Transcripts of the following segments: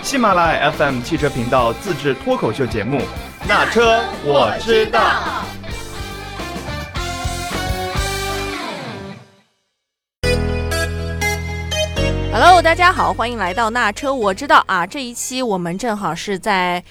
喜马拉雅 FM 汽车频道自制脱口秀节目《那车我知道》。 Hello， 大家好，欢迎来到那车我知道啊！这一期我们正好是在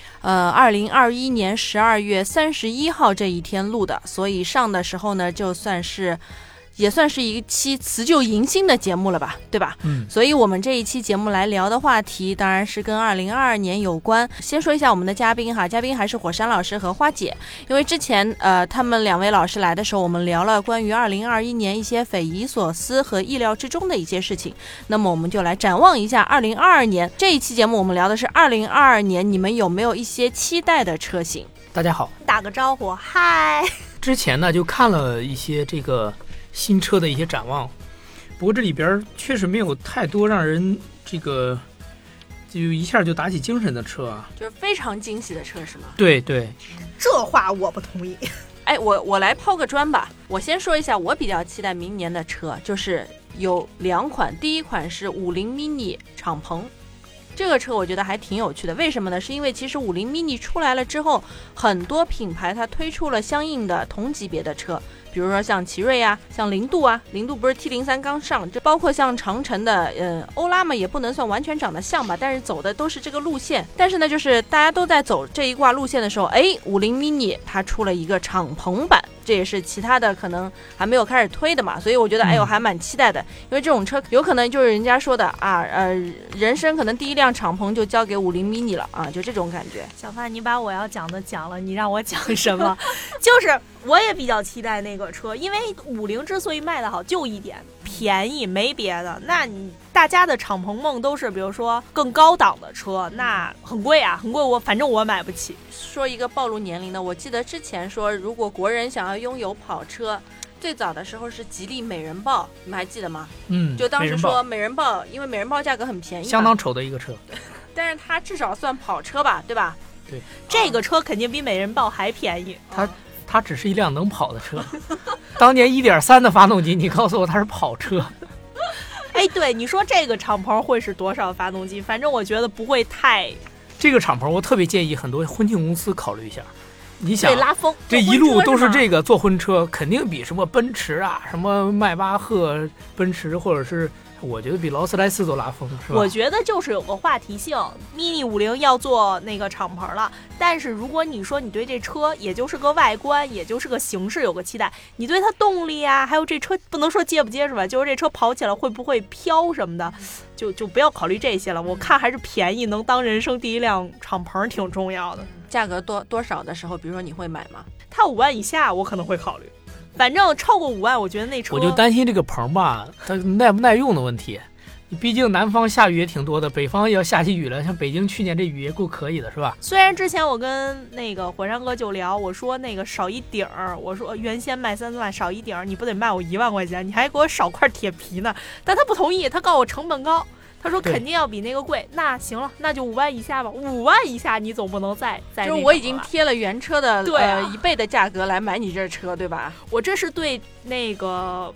2021年12月31号这一天录的，所以上的时候呢，也算是一期辞旧迎新的节目了吧，对吧？所以我们这一期节目来聊的话题当然是跟2022年有关。先说一下我们的嘉宾哈，嘉宾还是火山老师和花姐，因为之前他们两位老师来的时候，我们聊了关于2021年一些匪夷所思和意料之中的一些事情。那么我们就来展望一下2022年。这一期节目我们聊的是2022年，你们有没有一些期待的车型？ 大家好， 打个招呼，嗨。 之前呢就看了一些这个新车的一些展望，不过这里边确实没有太多让人这个就一下就打起精神的车啊， 就是非常惊喜的车是吗？ 对对， 这话我不同意。 哎，我来抛个砖吧。我先说一下，我比较期待明年的车，就是有两款，第一款是50 mini 敞篷。这个车我觉得还挺有趣的，为什么呢？是因为其实50 mini 出来了之后，很多品牌它推出了相应的同级别的车，比如说像奇瑞啊，像零度啊，零度不是 T03 刚上，这包括像长城的欧拉嘛，也不能算完全长得像吧，但是走的都是这个路线。但是呢，就是大家都在走这一挂路线的时候，50 mini 它出了一个敞篷版，这也是其他的可能还没有开始推的嘛，所以我觉得我还蛮期待的，因为这种车有可能就是人家说的啊，人生可能第一辆敞篷就交给50 mini 了啊，就这种感觉。 小范，你把我要讲的讲了，你让我讲什么？就是我也比较期待那个车，因为50之所以卖得好，就一点便宜，没别的。那你大家的敞篷梦都是比如说更高档的车，那很贵啊，很贵，反正我买不起。 说一个暴露年龄的，我记得之前说，如果国人想要拥有跑车，最早的时候是吉利美人豹，你们还记得吗？就当时说美人豹，因为美人豹价格很便宜， 相当丑的一个车， 但是它至少算跑车吧，对吧？ 对， 这个车肯定比美人豹还便宜。 它只是一辆能跑的车。当年 1.3 的发动机，你告诉我它是跑车。 哎，对，你说这个敞篷会是多少发动机？反正我觉得不会太。 这个敞篷我特别建议很多婚庆公司考虑一下。你想拉风， 这一路都是这个做婚车，肯定比什么奔驰啊、什么迈巴赫、奔驰，或者是我觉得比劳斯莱斯都拉风，是吧？ 我觉得就是有个话题性 ，mini 50要做那个敞篷了，但是如果你说你对这车也就是个外观，也就是个形式有个期待，你对它动力啊，还有这车不能说结不结实吧，就是这车跑起来会不会飘什么的，就不要考虑这些了。我看还是便宜，能当人生第一辆敞篷挺重要的。 价格多少的时候，比如说你会买吗？ 它5万以下我可能会考虑，反正超过5万，我觉得那车我就担心这个棚吧，它耐不耐用的问题。毕竟南方下雨也挺多的，北方要下起雨了，像北京去年这雨也够可以的，是吧？ 虽然之前我跟那个火山哥就聊，我说那个少一顶儿，我说原先卖3万少一顶儿，你不得卖我1万块钱，你还给我少块铁皮呢？但他不同意，他告诉我成本高。他说肯定要比那个贵，那行了，那就5万以下吧。5万以下你总不能再就是我已经贴了原车的1倍的价格来买你这车，对吧？ 我这是对那个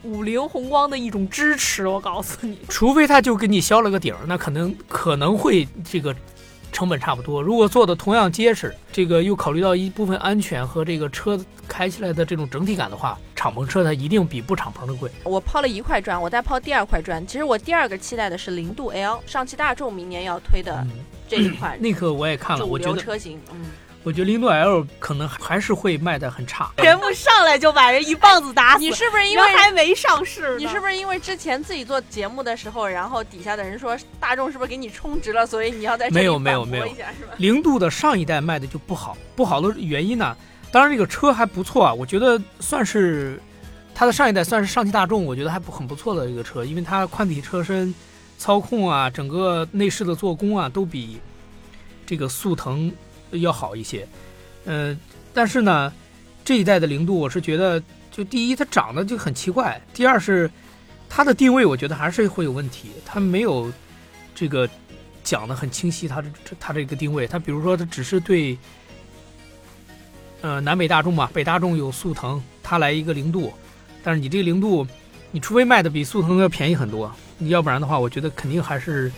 50宏光的一种支持，我告诉你。 除非他就给你削了个顶，那可能会这个成本差不多。如果做的同样结实，这个又考虑到一部分安全和这个车开起来的这种整体感的话，敞篷车它一定比不敞篷的贵。 我抛了1块砖，我再抛第2块砖。其实我第2个期待的是零度 L， 上汽大众明年要推的这一款、 那个我也看了，我觉得车型， 我觉得零度 L 可能还是会卖得很差， 全部上来就把人一棒子打死。 你是不是因为还没上市？ 你是不是因为之前自己做节目的时候，然后底下的人说大众是不是给你充值了，所以你要在这里反驳一下，是吧？ 零度的上一代卖的就不好，不好的原因呢，当然这个车还不错啊，我觉得算是它的上一代算是上汽大众，我觉得还很不错的一个车，因为它宽体车身、操控啊，整个内饰的做工啊，都比这个速腾要好一些。但是呢，这一代的零度，我是觉得，就第一，它长得就很奇怪；第二是它的定位，我觉得还是会有问题，它没有这个讲得很清晰，它这个定位，它比如说它只是对南北大众嘛，北大众有速腾，它来一个零度，但是你这个零度，你除非卖的比速腾要便宜很多，要不然的话，我觉得肯定还是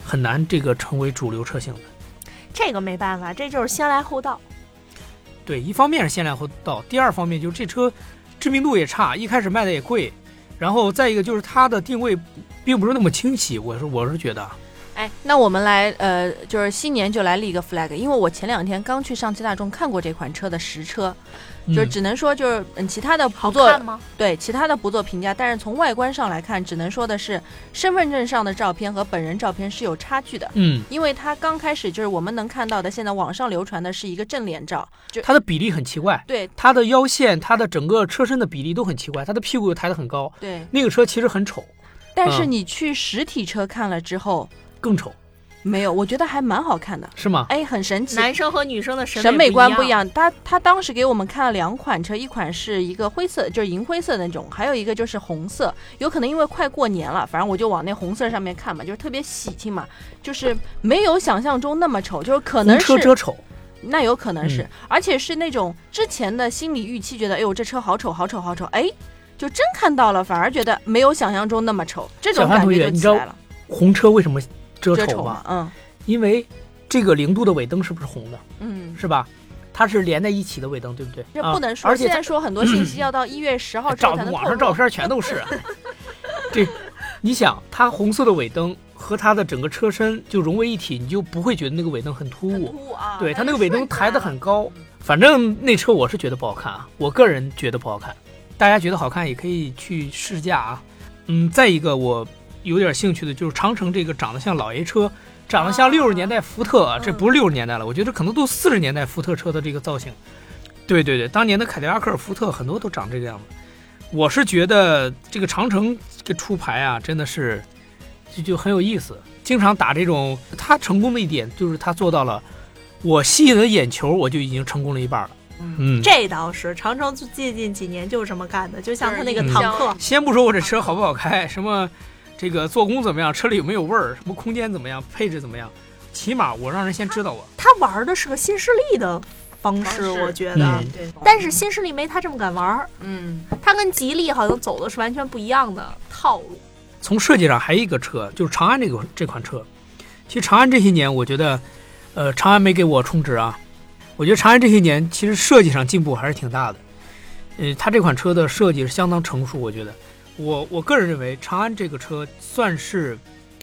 很难这个成为主流车型的。 这个没办法，这就是先来后到。 对，一方面是先来后到，第二方面就是这车知名度也差，一开始卖的也贵，然后再一个就是它的定位并不是那么清晰，我是觉得。 哎，那我们来就是新年就来立个 flag， 因为我前2天刚去上汽大众看过这款车的实车，就只能说就是其他的不做吗？ 对，其他的不做评价，但是从外观上来看，只能说的是身份证上的照片和本人照片是有差距的。因为它刚开始就是我们能看到的，现在网上流传的是一个正脸照，就它的比例很奇怪， 对， 它的腰线、它的整个车身的比例都很奇怪，它的屁股又抬得很高， 对， 那个车其实很丑。 但是你去实体车看了之后， 更丑。 没有，我觉得还蛮好看的， 是吗？ 哎，很神奇。 男生和女生的审美观不一样。他当时给我们看了2款车，一款是一个灰色，就是银灰色的那种，还有一个就是红色。有可能因为快过年了，反正我就往那红色上面看嘛，就是特别喜庆嘛，就是没有想象中那么丑，就是可能是红车遮丑。 那有可能是，而且是那种之前的心理预期，觉得哎呦这车好丑好丑好丑，哎，就真看到了，反而觉得没有想象中那么丑，这种感觉就起来了。 红车为什么遮丑吗？ 因为这个0度的尾灯是不是红的？是吧？它是连在一起的尾灯，对不对？ 这不能说， 而且现在说很多信息要到1月10号之后才能透露。 网上照片全都是。这，你想，它红色的尾灯和它的整个车身就融为一体，你就不会觉得那个尾灯很突兀。对，它那个尾灯抬得很高。反正那车我是觉得不好看啊，我个人觉得不好看。大家觉得好看也可以去试驾啊。再一个我有点兴趣的就是长城这个长得像老爷车，长得像60年代福特，这不是60年代了，我觉得可能都40年代福特车的这个造型。对，当年的凯迪拉克、福特很多都长这个样子。我是觉得这个长城这个出牌啊，真的是就很有意思，经常打这种。他成功的一点就是他做到了，我吸引了眼球，我就已经成功了一半了。 这倒是长城最近几年就是这么干的，就像他那个坦克。 先不说我这车好不好开，什么这个做工怎么样，车里有没有味儿，什么空间怎么样，配置怎么样，起码我让人先知道我。 他玩的是个新势力的方式，我觉得。但是新势力没他这么敢玩。他跟吉利好像走的是完全不一样的套路。 从设计上还有一个车，就是长安这款车。其实长安这些年，我觉得，长安没给我充值啊。我觉得长安这些年其实设计上进步还是挺大的。它这款车的设计是相当成熟，我觉得。我个人认为，长安这个车算是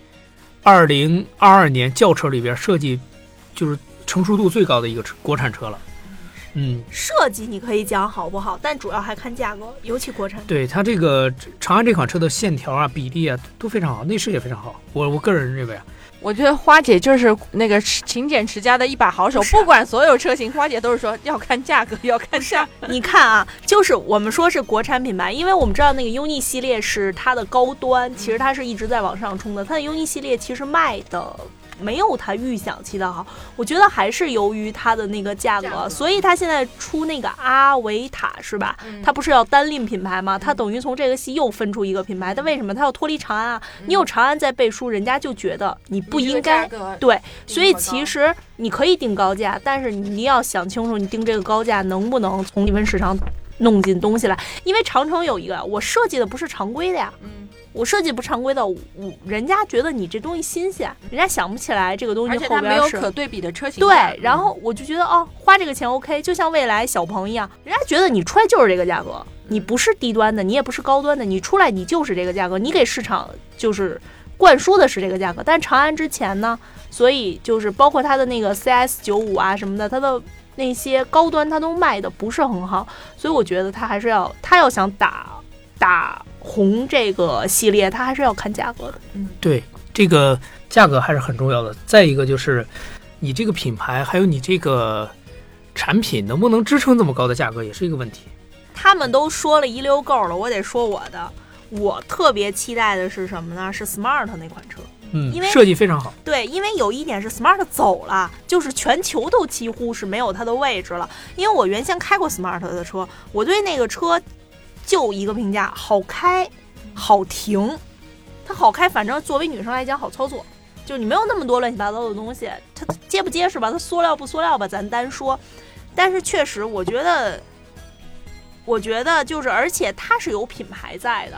2022年轿车里边设计就是成熟度最高的一个国产车了。 设计你可以讲好不好，但主要还看价格，尤其国产。 对，它这个长安这款车的线条啊、比例啊都非常好，内饰也非常好。我个人认为啊。 我觉得花姐就是那个勤俭持家的一把好手，不管所有车型，花姐都是说要看价格，要看价。 你看啊，就是我们说是国产品牌，因为我们知道那个优逆系列是它的高端，其实它是一直在往上冲的。它的优逆系列其实卖的没有它预想期的好，我觉得还是由于它的那个价格，所以它现在出那个阿维塔是吧？它不是要单拎品牌吗？它等于从这个系又分出一个品牌，但为什么它要脱离长安啊？你有长安在背书，人家就觉得你不应该对，所以其实你可以定高价，但是你要想清楚，你定这个高价能不能从细分市场弄进东西来？因为长城有一个，我设计的不是常规的呀。我设计不常规的，人家觉得你这东西新鲜，人家想不起来这个东西后边是， 而且它没有可对比的车型。 对，然后我就觉得花这个钱 OK， 就像蔚来、小鹏一样，人家觉得你出来就是这个价格，你不是低端的，你也不是高端的，你出来你就是这个价格，你给市场就是灌输的是这个价格。但长安之前呢，所以就是包括它的那个 CS95啊什么的，它的那些高端它都卖的不是很好，所以我觉得它还是要想打红这个系列，它还是要看价格的。 对，这个价格还是很重要的。再一个就是你这个品牌还有你这个产品能不能支撑这么高的价格也是一个问题。 他们都说了一溜够了，我得说我的。我特别期待的是什么呢？是 Smart 那款车。因为设计非常好。 对，因为有一点是 Smart 走了，就是全球都几乎是没有它的位置了。因为我原先开过 Smart 的车，我对那个车就一个评价：好开、好停。它好开，反正作为女生来讲好操作，就你没有那么多乱七八糟的东西。它结不结实吧？它塑料不塑料吧？咱单说。但是确实，我觉得就是，而且它是有品牌在的。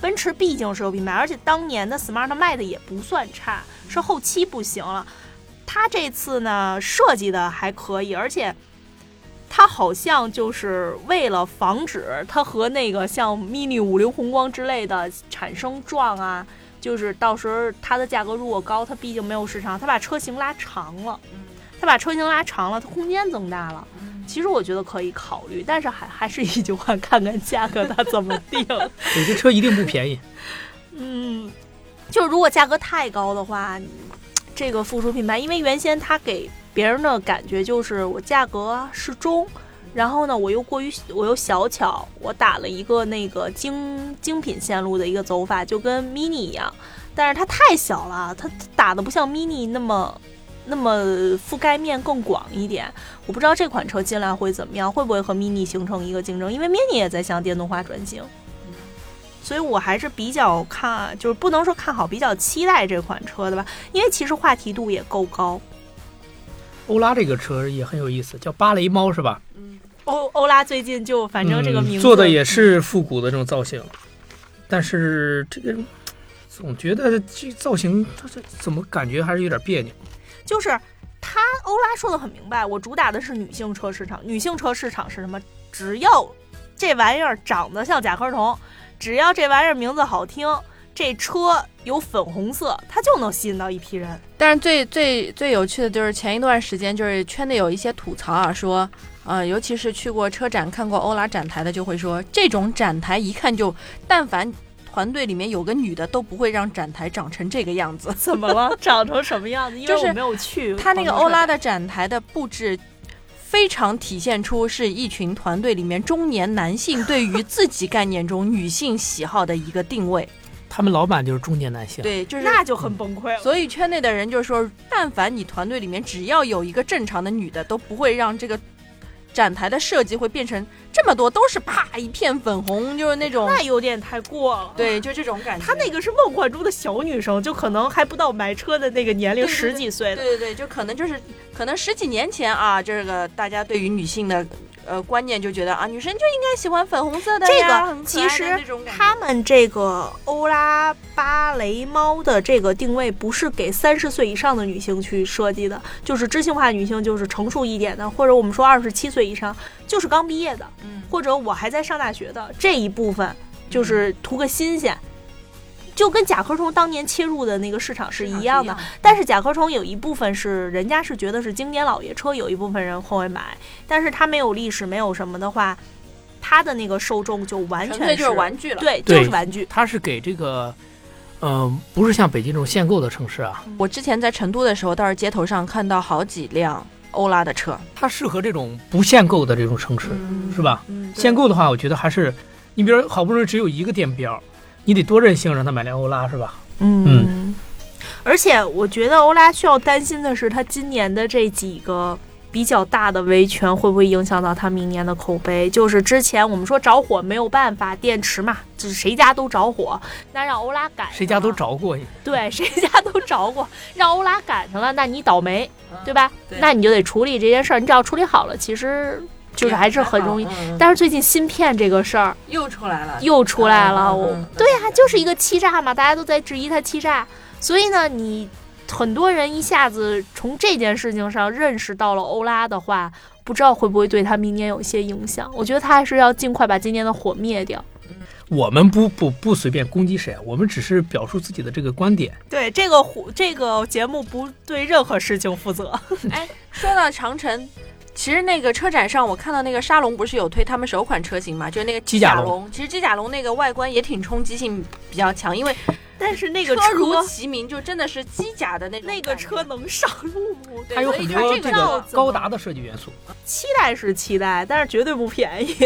奔驰毕竟是有品牌，而且当年的 Smart 卖的也不算差，是后期不行了。它这次呢设计的还可以，而且它好像就是为了防止它和那个像 Mini 50宏光之类的产生撞啊，就是到时候它的价格如果高，它毕竟没有市场，它把车型拉长了，它空间增大了。其实我觉得可以考虑，但是还是一句话，看看价格它怎么定。 对，这车一定不便宜。 就如果价格太高的话，这个附属品牌，因为原先它给别人的感觉就是我价格适中，然后呢我又小巧，我打了一个那个精品线路的一个走法，就跟 Mini 一样，但是它太小了，它打的不像 Mini 那么覆盖面更广一点。我不知道这款车进来会怎么样，会不会和 Mini 形成一个竞争，因为 Mini 也在向电动化转型，所以我还是比较就是不能说看好，比较期待这款车的吧，因为其实话题度也够高。 欧拉这个车也很有意思，叫芭蕾猫是吧？ 欧拉最近就反正这个名字、 做的也是复古的这种造型，但是这个总觉得这造型这怎么感觉还是有点别扭。 就是欧拉说的很明白，我主打的是女性车市场。女性车市场是什么？只要这玩意儿长得像甲壳虫，只要这玩意儿名字好听，这车有粉红色，它就能吸引到一批人。 但是最有趣的就是前一段时间，就是圈内有一些吐槽啊，说尤其是去过车展看过欧拉展台的，就会说这种展台一看就，但凡团队里面有个女的都不会让展台长成这个样子。 怎么了？长成什么样子？因为我没有去。 他那个欧拉的展台的布置非常体现出是一群团队里面中年男性对于自己概念中女性喜好的一个定位。 他们老板就是中年男性， 对，就是那就很崩溃了。 所以圈内的人就说，但凡你团队里面只要有一个正常的女的，都不会让这个展台的设计会变成这么多都是啪一片粉红，就是那种， 那有点太过了。 对，就这种感觉。 他那个是梦幻中的小女生，就可能还不到买车的那个年龄，十几岁的。 对，就可能十几年前啊，这个大家对于女性的观念就觉得啊，女生就应该喜欢粉红色的呀， 这个其实他们这个欧拉芭蕾猫的这个定位不是给30岁以上的女性去设计的，就是知性化女性，就是成熟一点的，或者我们说27岁以上，就是刚毕业的，或者我还在上大学的这一部分，就是图个新鲜。就跟甲壳虫当年切入的那个市场是一样的，但是甲壳虫有一部分是人家是觉得是经典老爷车，有一部分人会买，但是它没有历史没有什么的话，它的那个受众就完全是就是玩具了。 对，就是玩具。 它是给这个不是像北京这种限购的城市啊。 我之前在成都的时候，倒是街头上看到好几辆欧拉的车， 它适合这种不限购的这种城市，是吧？限购的话，我觉得还是你比如好不容易只有一个店标，你得多任性让他买辆欧拉，是吧？ 而且我觉得欧拉需要担心的是，他今年的这几个比较大的维权会不会影响到他明年的口碑？就是之前我们说着火没有办法，电池嘛，就是谁家都着火，那让欧拉赶上了， 谁家都着过， 对，谁家都着过，让欧拉赶上了，那你倒霉，对吧？那你就得处理这件事儿，你只要处理好了，其实就是还是很容易。但是最近芯片这个事儿又出来了， 对呀，就是一个欺诈嘛，大家都在质疑它欺诈，所以呢，你很多人一下子从这件事情上认识到了欧拉的话，不知道会不会对他明年有一些影响。我觉得他还是要尽快把今年的火灭掉。 我们不随便攻击谁，我们只是表述自己的这个观点。 对，这个节目不对任何事情负责。 哎，说到长城，其实那个车展上我看到那个沙龙不是有推他们首款车型嘛，就是那个机甲龙。其实机甲龙那个外观也挺冲击性比较强，因为但是那个车如其名，就真的是机甲的那种。 那个车能上路吗？ 它有很多这个高达的设计元素。 期待是期待，但是绝对不便宜。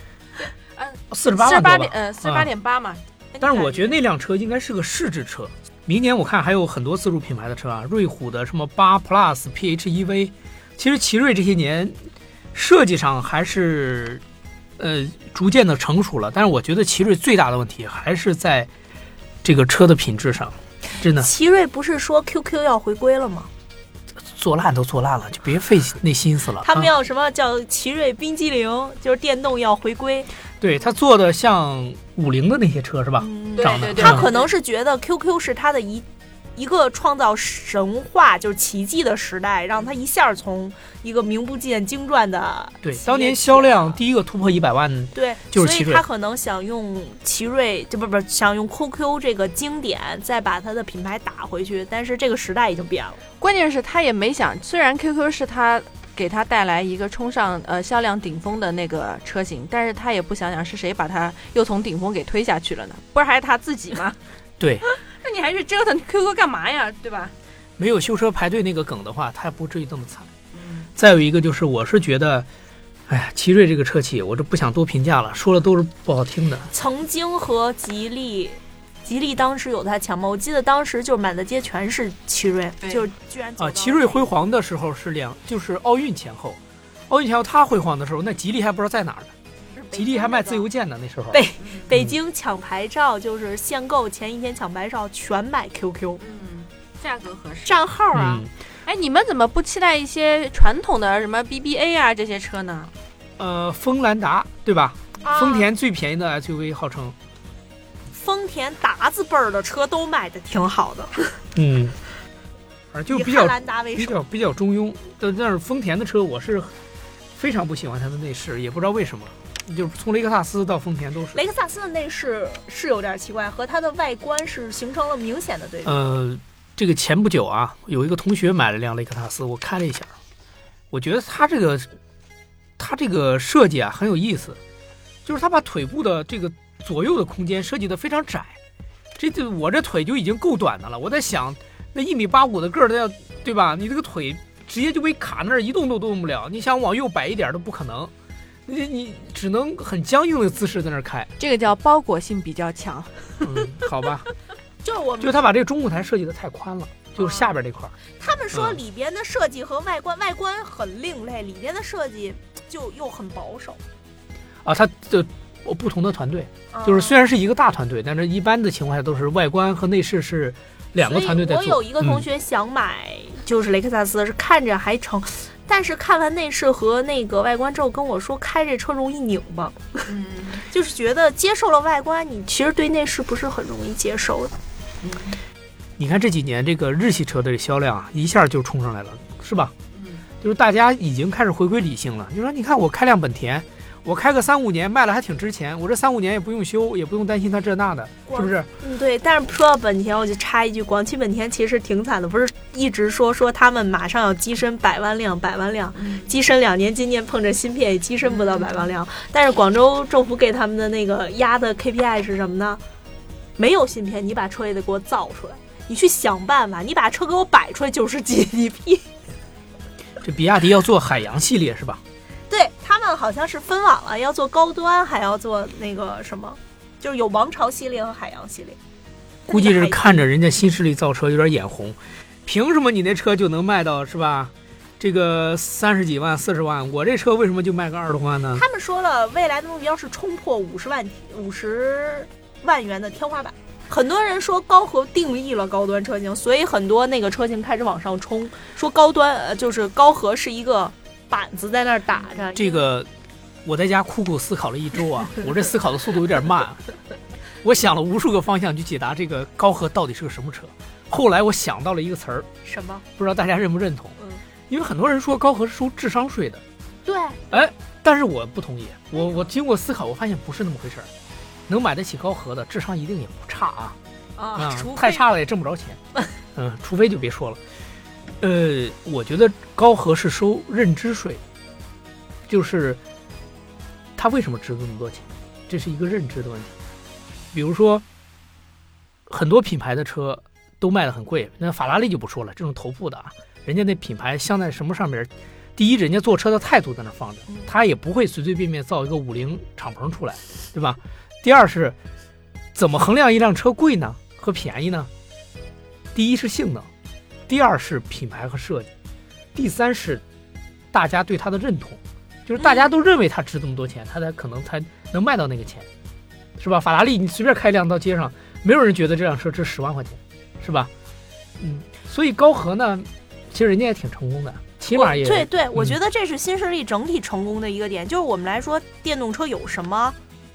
48万多 ，48.8嘛。 但是我觉得那辆车应该是个试制车。明年我看还有很多自主品牌的车啊，瑞虎的什么8 Plus、PHEV。其实奇瑞这些年设计上还是逐渐的成熟了，但是我觉得奇瑞最大的问题还是在这个车的品质上，真的。 奇瑞不是说 QQ 要回归了吗？ 做烂都做烂了，就别费那心思了。 他们要什么叫奇瑞冰激凌，就是电动要回归。 对，他做的像50的那些车是吧？ 对长得对对他可能是觉得 QQ 是他的一个创造神话就是奇迹的时代，让他一下从一个名不见经传的对，当年销量第一个突破100万， 对， 就是奇瑞， 所以他可能想用奇瑞，就不想用 QQ 这个经典，再把他的品牌打回去。但是这个时代已经变了， 关键是他也没想，虽然 QQ 是他给他带来一个冲上销量顶峰的那个车型，但是他也不想想是谁把他又从顶峰给推下去了呢？不是还是他自己吗？ 对。 那你还去折腾 QQ 干嘛呀？对吧？ 没有修车排队那个梗的话，他也不至于这么惨。再有一个就是，我是觉得，哎呀，奇瑞这个车企，我这不想多评价了，说了都是不好听的。 曾经和吉利当时有他强吗？我记得当时就是满大街全是奇瑞，就是居然奇瑞辉煌的时候就是奥运前后，他辉煌的时候，那吉利还不知道在哪儿呢。吉利还卖自由舰呢，那时候。 北京抢牌照就是限购前一天抢牌照全买 QQ， 价格合适， 账号啊。 哎，你们怎么不期待一些传统的什么 BBA 啊这些车呢？ 锋兰达对吧？丰田最便宜的 SUV 号称。 丰田达子辈儿的车都卖的挺好的。 就比较中庸。但是丰田的车我是非常不喜欢它的内饰，也不知道为什么。就是从雷克萨斯到丰田都是。 雷克萨斯的内饰是有点奇怪，和它的外观是形成了明显的对比。 这个前不久啊，有一个同学买了辆雷克萨斯，我开了一下，我觉得他这个设计啊很有意思，就是他把腿部的这个左右的空间设计的非常窄。我这腿就已经够短的了，我在想那1.85米的个儿的，对吧？你这个腿直接就被卡那儿，一动都动不了。你想往右摆一点都不可能。你只能很僵硬的姿势在那儿开， 这个叫包裹性比较强。 好吧， 就是他把这个中控台设计的太宽了，就是下边这块。 他们说里边的设计和外观很另类，里边的设计就又很保守。 他的不同的团队，就是虽然是一个大团队，但是一般的情况下都是外观和内饰是两个团队在做。 我有一个同学想买就是雷克萨斯，是看着还成。但是看完内饰和那个外观之后跟我说，开这车容易拧巴，就是觉得接受了外观，你其实对内饰不是很容易接受的。 你看这几年这个日系车的销量啊，一下就冲上来了，是吧？就是大家已经开始回归理性了。就说你看我开辆本田，我开个3-5年卖了还挺值钱，我这3-5年也不用修，也不用担心它这那的，是不是？ 对。但是说到本田，我就插一句，广汽本田其实挺惨的，不是一直说他们马上要跻身100万辆，跻身2年，今年碰着芯片也跻身不到100万辆。但是广州政府给他们的那个压的 KPI 是什么呢？没有芯片，你把车也得给我造出来，你去想办法，你把车给我摆出来就是 GDP。 这比亚迪要做海洋系列是吧？ 对，他们好像是分网了，要做高端，还要做那个什么，就是有王朝系列和海洋系列。 估计是看着人家新势力造车有点眼红，凭什么你那车就能卖到是吧？这个30几万、40万，我这车为什么就卖个20多万呢？ 他们说了，未来的目标是冲破50万元的天花板。很多人说高和定义了高端车型，所以很多那个车型开始往上冲，说高端就是高和是一个板子在那儿打着。 这个我在家苦苦思考了1周啊，我这思考的速度有点慢，我想了无数个方向去解答这个高和到底是个什么车。后来我想到了一个词儿， 什么？ 不知道大家认不认同？因为很多人说高和是收智商税的。 对。 但是我不同意。我经过思考，我发现不是那么回事儿。能买得起高和的，智商一定也不差啊！太差了也挣不着钱。除非就别说了。我觉得高和是收认知税，就是它为什么值这么多钱，这是一个认知的问题。比如说，很多品牌的车都卖得很贵，那法拉利就不说了，这种头部的啊，人家那品牌镶在什么上面？第一，人家做车的态度在那放着，他也不会随随便便造一个50敞篷出来，对吧？第二是，怎么衡量一辆车贵呢和便宜呢？第一是性能，第二是品牌和设计，第三是大家对它的认同，就是大家都认为它值这么多钱，它才可能才能卖到那个钱，是吧？法拉利你随便开一辆到街上，没有人觉得这辆车值10万块钱，是吧？所以高和呢，其实人家也挺成功的。起码也对，我觉得这是新势力整体成功的一个点。就是我们来说，电动车有什么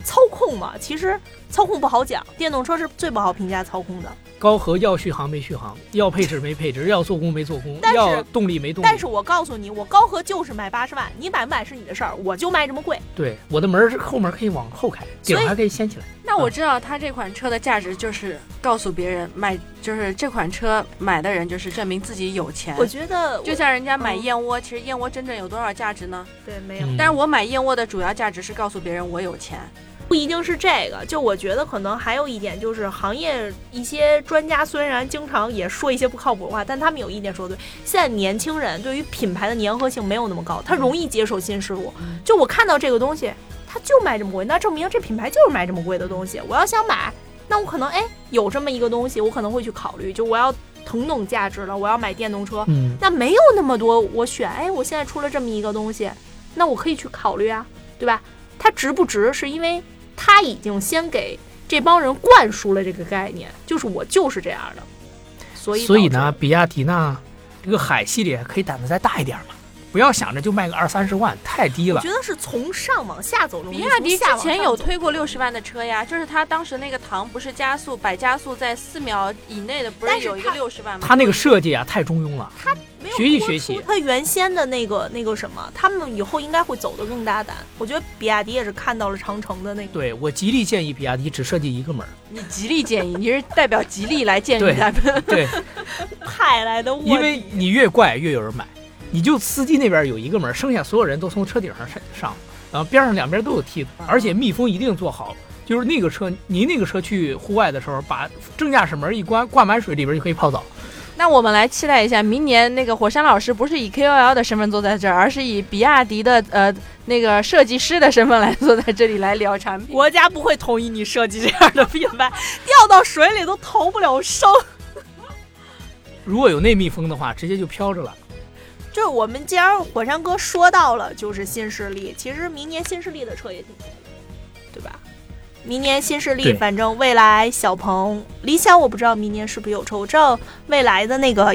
操控嘛，其实操控不好讲，电动车是最不好评价操控的。 高和要续航没续航，要配置没配置，要做工没做工，要动力没动力。 但是我告诉你，我高和就是卖80万，你买不买是你的事儿，我就卖这么贵。 对，我的门后门可以往后开，顶还可以掀起来。 那我知道它这款车的价值就是告诉别人买，就是这款车买的人就是证明自己有钱。 我觉得就像人家买燕窝，其实燕窝真正有多少价值呢？ 对，没有。 但是我买燕窝的主要价值是告诉别人我有钱。 不一定是这个，就我觉得可能还有一点就是行业一些专家虽然经常也说一些不靠谱的话，但他们有一点说对，现在年轻人对于品牌的粘合性没有那么高，他容易接受新事物。就我看到这个东西，它就卖这么贵，那证明这品牌就是卖这么贵的东西。我要想买，那我可能有这么一个东西，我可能会去考虑，就我要同等价值了，我要买电动车，那没有那么多我选，我现在出了这么一个东西，那我可以去考虑啊，对吧？它值不值是因为他已经先给这帮人灌输了这个概念，就是我就是这样的，所以呢，比亚迪呢，这个海系列可以胆子再大一点嘛，不要想着就卖个20-30万，太低了。 我觉得是从上往下走。 比亚迪之前有推过60万的车呀，就是他当时那个唐不是加速摆加速在4秒以内的，不是有一个60万吗？ 他那个设计啊太中庸了， 他没有学习学习。 他原先的那个什么，他们以后应该会走得更大胆。我觉得比亚迪也是看到了长城的那个。 对，我极力建议比亚迪只设计一个门。 你极力建议，你是代表吉利来建议他们？ 对， 派来的卧底。 因为你越怪越有人买。你就司机那边有一个门，剩下所有人都从车顶上，然后边上两边都有梯子，而且密封一定做好。就是那个车，您那个车去户外的时候，把正驾驶门一关，灌满水，里边就可以泡澡。 那我们来期待一下，明年那个火山老师不是以 KOL 的身份坐在这儿，而是以比亚迪的那个设计师的身份来坐在这里来聊产品。 国家不会同意你设计这样的品牌，掉到水里都逃不了生。 如果有内密封的话，直接就飘着了。 就是我们既然火山哥说到了，就是新势力，其实明年新势力的车也挺多，对吧？明年新势力，反正蔚来、小鹏、理想，我不知道明年是不是有车。我知道蔚来的那个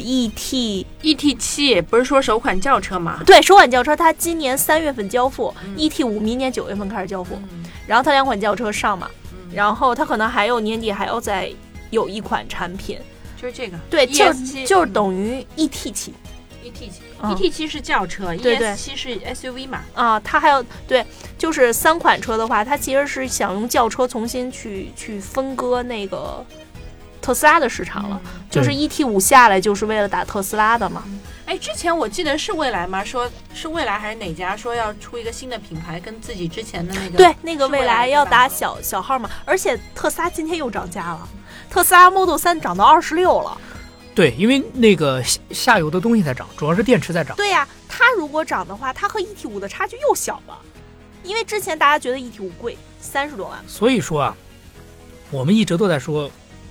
ET7 不是说首款轿车吗？ 对，首款轿车它今年3月份交付，ET5明年9月份开始交付，然后它2款轿车上嘛，然后它可能还有年底还要再有一款产品， 就是这个， 对，就是等于 ET7。 ET7 是轿车， 对 ，ES7 是 SUV 嘛？ 啊，它还有对，就是3款车的话，它其实是想用轿车重新去分割那个特斯拉的市场了，就是 ET5 下来就是为了打特斯拉的嘛。 之前我记得是蔚来吗？说是蔚来还是哪家说要出一个新的品牌，跟自己之前的那个对那个蔚来要打小号嘛，而且特斯拉今天又涨价了，特斯拉 Model 3涨到26了。 对，因为那个下游的东西在涨，主要是电池在涨。 对呀，它如果涨的话，它和 ET5 的差距又小了，因为之前大家觉得 ET5 贵30多万。 所以说啊，我们一直都在说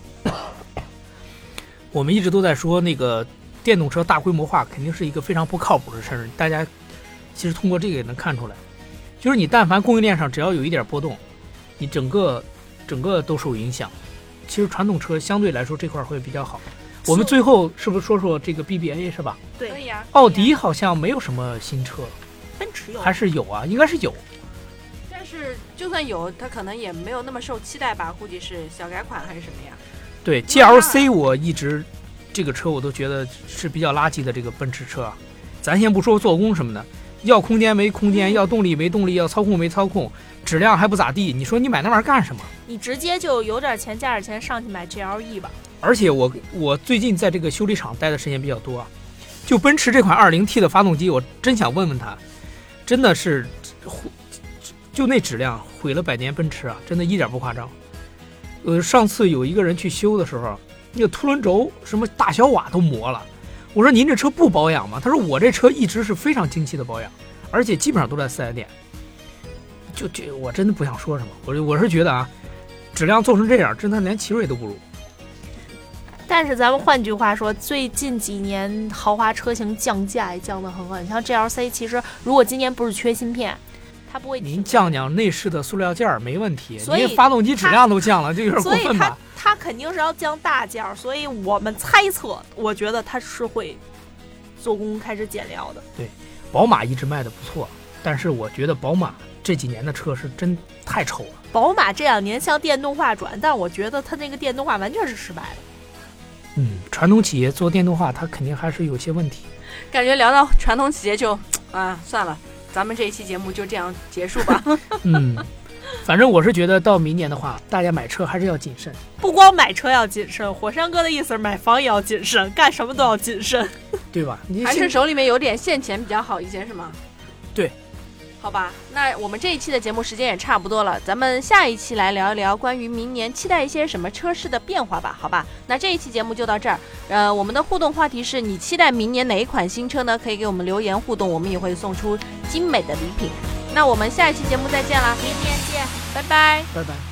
那个电动车大规模化肯定是一个非常不靠谱的事儿。大家其实通过这个也能看出来，就是你但凡供应链上只要有一点波动，你整个都受影响。其实传统车相对来说这块会比较好。我们最后是不是说这个 BBA 是吧？ 对， 可以啊。 奥迪好像没有什么新车， 奔驰有还是有啊？应该是有。 但是就算有，它可能也没有那么受期待吧？估计是小改款还是什么呀？ 对 GLC 我一直这个车我都觉得是比较垃圾的这个奔驰车啊。咱先不说做工什么的，要空间没空间，要动力没动力，要操控没操控，质量还不咋地。你说你买那玩意儿干什么？ 你直接就有点钱加点钱上去买 GLE 吧。 而且我最近在这个修理厂待的时间比较多啊，就奔驰这款 2.0T 的发动机，我真想问问他，真的是就那质量毁了100年奔驰啊，真的一点不夸张。上次有一个人去修的时候，那个凸轮轴什么大小瓦都磨了，我说您这车不保养吗？他说我这车一直是非常精细的保养，而且基本上都在4S店。就我真的不想说什么，我是觉得啊，质量做成这样，真的连奇瑞都不如。 但是咱们换句话说，最近几年豪华车型降价也降得很狠，像 GLC 其实如果今年不是缺芯片，它不会。 您降内饰的塑料件没问题，您发动机质量都降了，这有点过分吧？ 所以它肯定是要降大件，所以我们猜测，我觉得它是会做工开始减料的。 对，宝马一直卖的不错， 但是我觉得宝马这几年的车是真太丑了。 宝马这2年向电动化转，但我觉得它那个电动化完全是失败的。 传统企业做电动化，它肯定还是有些问题。 感觉聊到传统企业就算了，咱们这一期节目就这样结束吧。 反正我是觉得到明年的话，大家买车还是要谨慎。 不光买车要谨慎，火山哥的意思是买房也要谨慎，干什么都要谨慎， 对吧？你还是手里面有点现钱比较好一些，是吗？ 对。 好吧，那我们这一期的节目时间也差不多了，咱们下一期来聊一聊关于明年期待一些什么车市的变化吧，好吧？那这一期节目就到这儿。我们的互动话题是你期待明年哪一款新车呢？可以给我们留言互动，我们也会送出精美的礼品。那我们下一期节目再见啦， 明天见， 拜拜， 拜拜。